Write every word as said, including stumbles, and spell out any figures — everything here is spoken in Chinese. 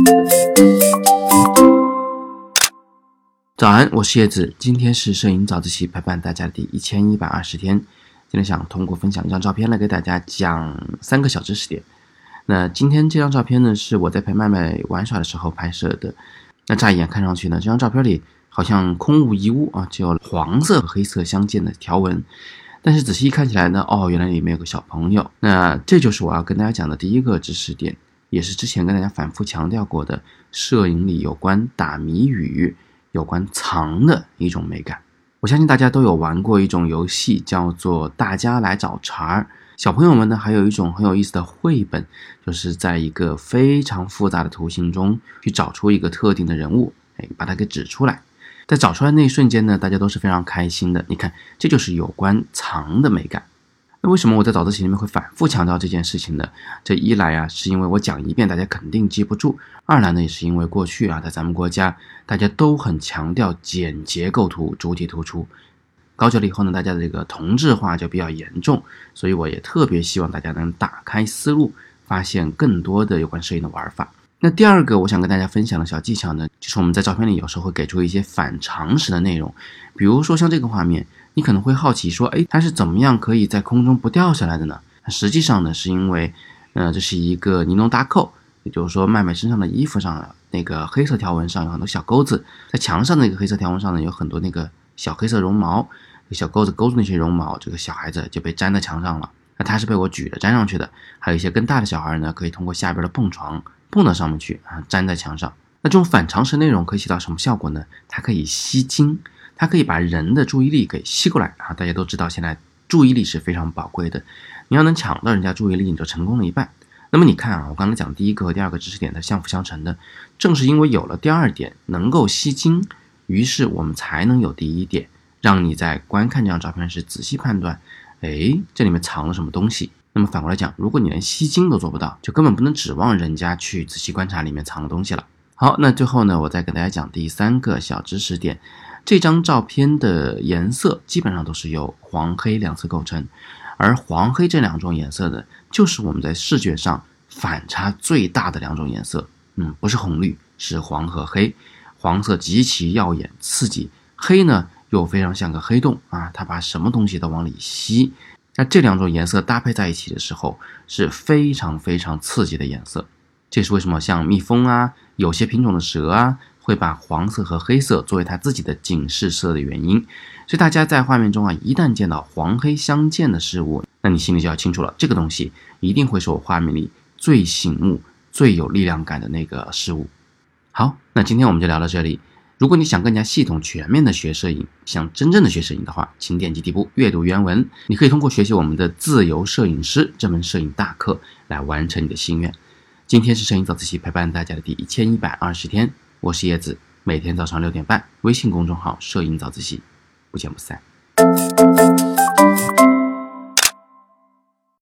早安，我是叶子，今天是摄影早自习陪伴大家的第一千一百二十天。今天想通过分享一张照片来给大家讲三个小知识点。那今天这张照片呢，是我在陪麦麦玩耍的时候拍摄的。那乍一眼看上去呢，这张照片里好像空无一物啊，只有黄色和黑色相间的条纹。但是仔细一看起来呢，哦，原来里面有个小朋友。那这就是我要跟大家讲的第一个知识点，也是之前跟大家反复强调过的，摄影里有关打谜语、有关藏的一种美感。我相信大家都有玩过一种游戏，叫做大家来找茬儿。小朋友们呢，还有一种很有意思的绘本，就是在一个非常复杂的图形中去找出一个特定的人物，哎，把它给指出来。在找出来那一瞬间呢，大家都是非常开心的。你看，这就是有关藏的美感。那为什么我在早自习里面会反复强调这件事情呢？这一来啊，是因为我讲一遍大家肯定记不住；二来呢，也是因为过去啊，在咱们国家大家都很强调简洁构图，主体突出。高级了以后呢，大家的这个同质化就比较严重，所以我也特别希望大家能打开思路，发现更多的有关摄影的玩法。那第二个我想跟大家分享的小技巧呢，就是我们在照片里有时候会给出一些反常识的内容。比如说像这个画面，你可能会好奇说，诶，它是怎么样可以在空中不掉下来的呢？实际上呢，是因为呃，这是一个尼龙搭扣，也就是说麦麦身上的衣服上那个黑色条纹上有很多小钩子，在墙上的那个黑色条纹上呢，有很多那个小黑色绒毛，小钩子勾住那些绒毛，这个小孩子就被粘在墙上了。那他是被我举着粘上去的，还有一些更大的小孩呢，可以通过下边的蹦床蹦到上面去啊，粘在墙上。那这种反常识内容可以起到什么效果呢？它可以吸睛，它可以把人的注意力给吸过来啊。大家都知道现在注意力是非常宝贵的，你要能抢到人家注意力，你就成功了一半。那么你看啊，我刚才讲第一个和第二个知识点它相辅相成的，正是因为有了第二点能够吸睛，于是我们才能有第一点，让你在观看这张照片时仔细判断，诶，这里面藏了什么东西。那么反过来讲，如果你连吸睛都做不到，就根本不能指望人家去仔细观察里面藏的东西了。好，那最后呢，我再给大家讲第三个小知识点。这张照片的颜色基本上都是由黄黑两色构成，而黄黑这两种颜色呢，就是我们在视觉上反差最大的两种颜色。嗯，不是红绿，是黄和黑。黄色极其耀眼刺激，黑呢又非常像个黑洞啊，它把什么东西都往里吸。那这两种颜色搭配在一起的时候，是非常非常刺激的颜色。这是为什么像蜜蜂啊，有些品种的蛇啊，会把黄色和黑色作为它自己的警示色的原因。所以大家在画面中啊，一旦见到黄黑相间的事物，那你心里就要清楚了，这个东西一定会是我画面里最醒目、最有力量感的那个事物。好，那今天我们就聊到这里。如果你想更加系统全面的学摄影，想真正的学摄影的话，请点击底部阅读原文，你可以通过学习我们的自由摄影师这门摄影大课来完成你的心愿。今天是摄影早自习陪伴大家的第一千一百二十天，我是叶子，每天早上六点半，微信公众号摄影早自习，不见不散。